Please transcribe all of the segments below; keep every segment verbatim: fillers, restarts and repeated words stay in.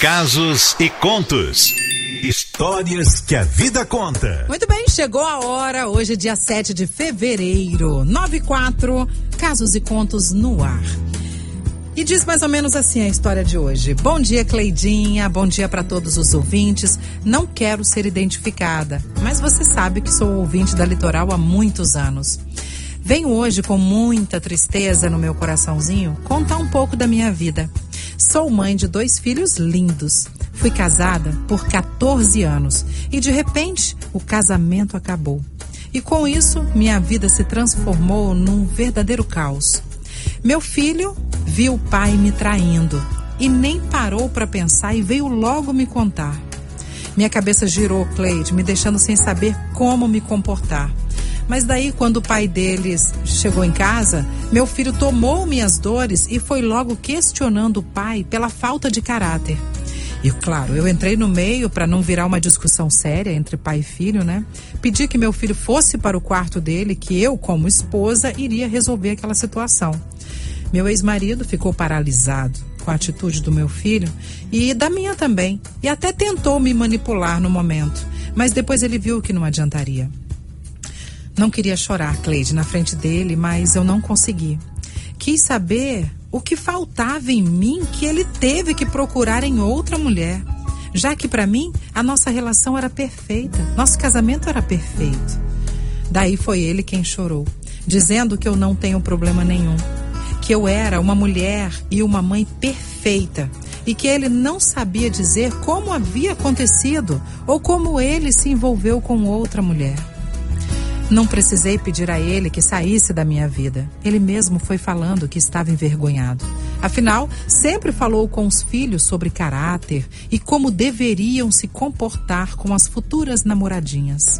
Casos e contos. Histórias que a vida conta. Muito bem, chegou a hora. Hoje é dia sete de fevereiro. nove e quatro, Casos e contos no ar. E diz mais ou menos assim a história de hoje. Bom dia, Cleidinha. Bom dia para todos os ouvintes. Não quero ser identificada, mas você sabe que sou ouvinte da Litoral há muitos anos. Venho hoje com muita tristeza no meu coraçãozinho contar um pouco da minha vida. Sou mãe de dois filhos lindos. Fui casada por quatorze anos e de repente o casamento acabou. E com isso minha vida se transformou num verdadeiro caos. Meu filho viu o pai me traindo e nem parou para pensar e veio logo me contar. Minha cabeça girou, Cleide, me deixando sem saber como me comportar. Mas daí, quando o pai deles chegou em casa, meu filho tomou minhas dores e foi logo questionando o pai pela falta de caráter. E claro, eu entrei no meio para não virar uma discussão séria entre pai e filho, né? Pedi que meu filho fosse para o quarto dele, que eu, como esposa, iria resolver aquela situação. Meu ex-marido ficou paralisado com a atitude do meu filho e da minha também. E até tentou me manipular no momento, mas depois ele viu que não adiantaria. Não queria chorar, Cleide, na frente dele, mas eu não consegui. Quis saber o que faltava em mim que ele teve que procurar em outra mulher. Já que para mim, a nossa relação era perfeita, nosso casamento era perfeito. Daí foi ele quem chorou, dizendo que eu não tenho problema nenhum, que eu era uma mulher e uma mãe perfeita e que ele não sabia dizer como havia acontecido ou como ele se envolveu com outra mulher. Não precisei pedir a ele que saísse da minha vida. Ele mesmo foi falando que estava envergonhado. Afinal, sempre falou com os filhos sobre caráter e como deveriam se comportar com as futuras namoradinhas.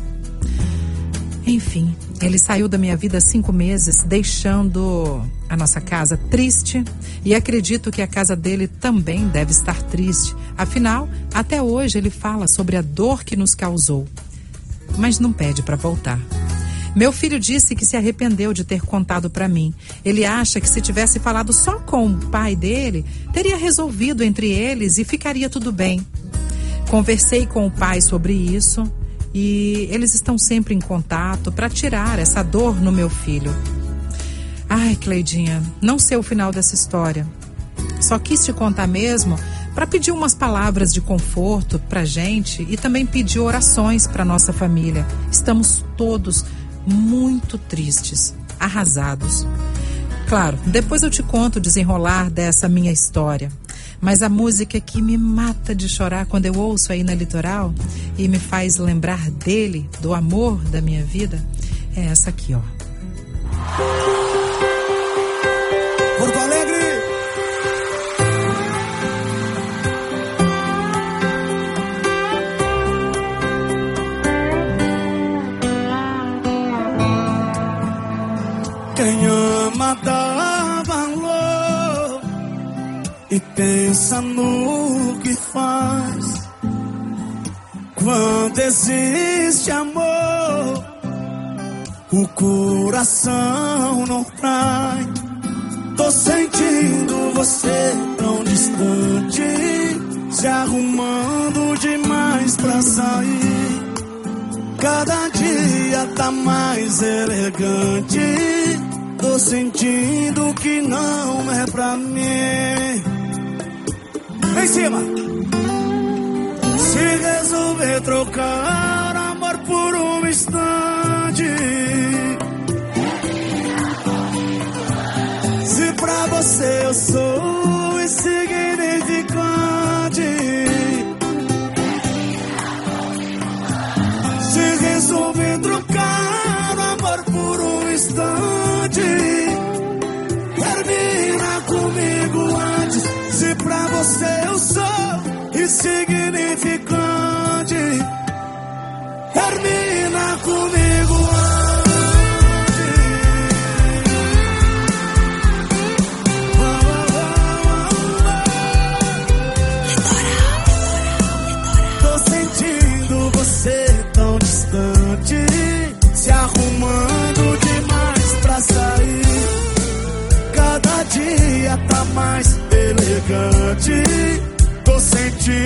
Enfim, ele saiu da minha vida há cinco meses, deixando a nossa casa triste, e acredito que a casa dele também deve estar triste. Afinal, até hoje ele fala sobre a dor que nos causou, mas não pede para voltar. Meu filho disse que se arrependeu de ter contado para mim. Ele acha que se tivesse falado só com o pai dele, teria resolvido entre eles e ficaria tudo bem. Conversei com o pai sobre isso e eles estão sempre em contato para tirar essa dor no meu filho. Ai, Cleidinha, não sei o final dessa história. Só quis te contar mesmo para pedir umas palavras de conforto pra gente e também pedir orações para nossa família. Estamos todos muito tristes, arrasados. Claro, depois eu te conto o desenrolar dessa minha história. Mas a música que me mata de chorar quando eu ouço aí na Litoral e me faz lembrar dele, do amor da minha vida, é essa aqui, ó. Porto Alegre! Quem ama dá valor e pensa no que faz. Quando existe amor, o coração não trai. Tô sentindo você tão distante, se arrumando demais pra sair. Cada dia tá mais elegante. Tô sentindo que não é pra mim. Em cima. Se resolver trocar amor por um instante, se pra você eu sou insignificante, se resolver trocar amor por um instante, termina comigo antes. Se pra você eu sou insignificante, termina comigo antes. Tô sentindo você tão distante, se arrumando demais pra sair. Cada dia tá mais elegante. Tô sentindo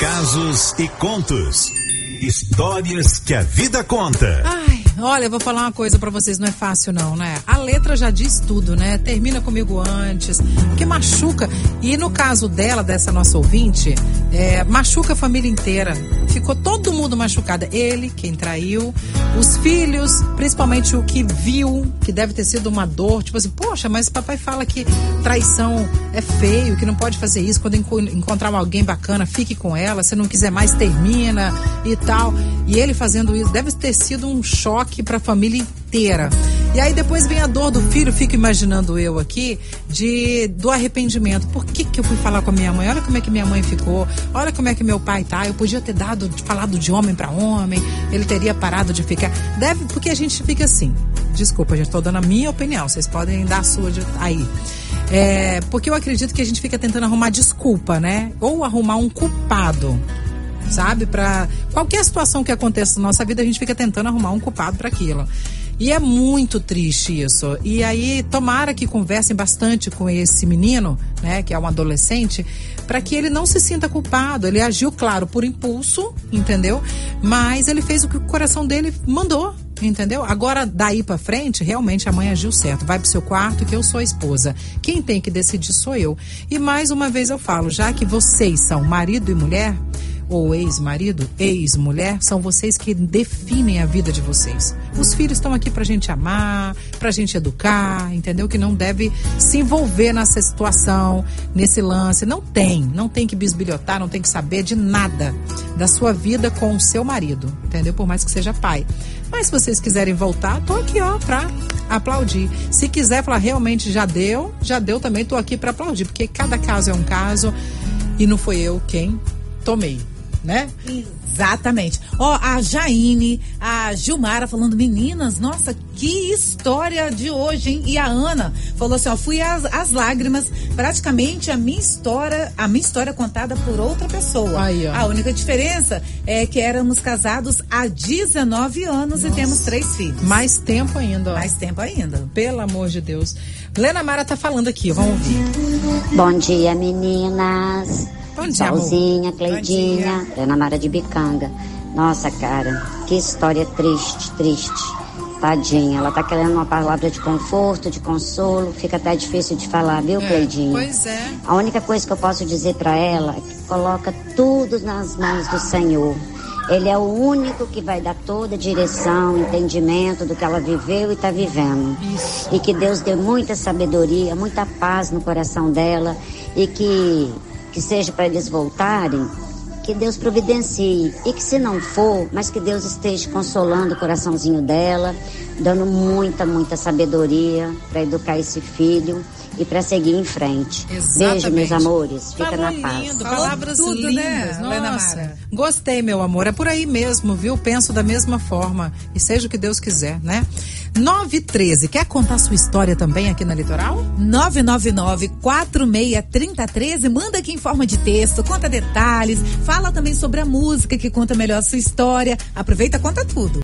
Casos e contos. Histórias que a vida conta. Ai, olha, eu vou falar uma coisa pra vocês, não é fácil não, né? A letra já diz tudo, né? Termina comigo antes, porque machuca. E no caso dela, dessa nossa ouvinte, é, machuca a família inteira. Ficou todo mundo machucado. Ele, quem traiu, os filhos, principalmente o que viu, que deve ter sido uma dor. Tipo assim, poxa, mas papai fala que traição é feio, que não pode fazer isso. Quando enco- encontrar alguém bacana, fique com ela. Se não quiser mais, termina e tal. E ele fazendo isso deve ter sido um choque para a família inteira. E aí depois vem a dor do filho, fico imaginando eu aqui, de, do arrependimento. Por que que eu fui falar com a minha mãe? Olha como é que minha mãe ficou, olha como é que meu pai tá. Eu podia ter dado, falado de homem para homem, ele teria parado de ficar. Deve, porque a gente fica assim. Desculpa, gente, tô dando a minha opinião, vocês podem dar a sua de, aí. É, porque eu acredito que a gente fica tentando arrumar desculpa, né? Ou arrumar um culpado. Sabe, para qualquer situação que aconteça na nossa vida, a gente fica tentando arrumar um culpado para aquilo. E é muito triste isso. E aí, tomara que conversem bastante com esse menino, né, que é um adolescente, para que ele não se sinta culpado. Ele agiu, claro, por impulso, entendeu? Mas ele fez o que o coração dele mandou, entendeu? Agora, daí pra frente, realmente a mãe agiu certo. Vai pro seu quarto que eu sou a esposa. Quem tem que decidir sou eu. E mais uma vez eu falo, já que vocês são marido e mulher, ou ex-marido, ex-mulher, são vocês que definem a vida de vocês. Os filhos estão aqui pra gente amar, pra gente educar, entendeu? Que não deve se envolver nessa situação, nesse lance. Não tem, não tem que bisbilhotar, não tem que saber de nada da sua vida com o seu marido, entendeu? Por mais que seja pai. Mas se vocês quiserem voltar, tô aqui, ó, pra aplaudir. Se quiser falar, realmente já deu, já deu também, tô aqui pra aplaudir, porque cada caso é um caso e não foi eu quem tomei. Né? Exatamente. Ó, a Jaine, a Gilmara falando, meninas, nossa, que história de hoje, hein? E a Ana falou assim, ó, fui às, às lágrimas, praticamente a minha história, a minha história contada por outra pessoa. Aí, ó. A única diferença é que éramos casados há dezenove anos. Nossa. E temos três filhos. Mais tempo ainda, ó. Mais tempo ainda. Pelo amor de Deus. Lena Mara tá falando aqui, vamos ouvir. Bom dia, meninas. Bom dia, Salzinha, Cleidinha, Ana Mara de Bicanga. Nossa, cara, que história triste, triste. Tadinha, ela tá querendo uma palavra de conforto, de consolo, fica até difícil de falar, viu, é, Cleidinha? Pois é. A única coisa que eu posso dizer pra ela é que coloca tudo nas mãos do Senhor. Ele é o único que vai dar toda a direção, entendimento do que ela viveu e tá vivendo. Isso. E que Deus dê muita sabedoria, muita paz no coração dela e que... que seja para eles voltarem, que Deus providencie, e que se não for, mas que Deus esteja consolando o coraçãozinho dela, dando muita, muita sabedoria para educar esse filho e para seguir em frente. Exatamente. Beijo, meus amores. Fica Falou na paz. lindo, Falou palavras tudo, lindas, né, Lena nossa. Mara? Gostei, meu amor, é por aí mesmo, viu? Penso da mesma forma, e seja o que Deus quiser, né? nove e treze, quer contar sua história também aqui na Litoral? nove nove nove, quatro seis três zero um três, manda aqui em forma de texto, conta detalhes, fala também sobre a música que conta melhor a sua história, aproveita, conta tudo.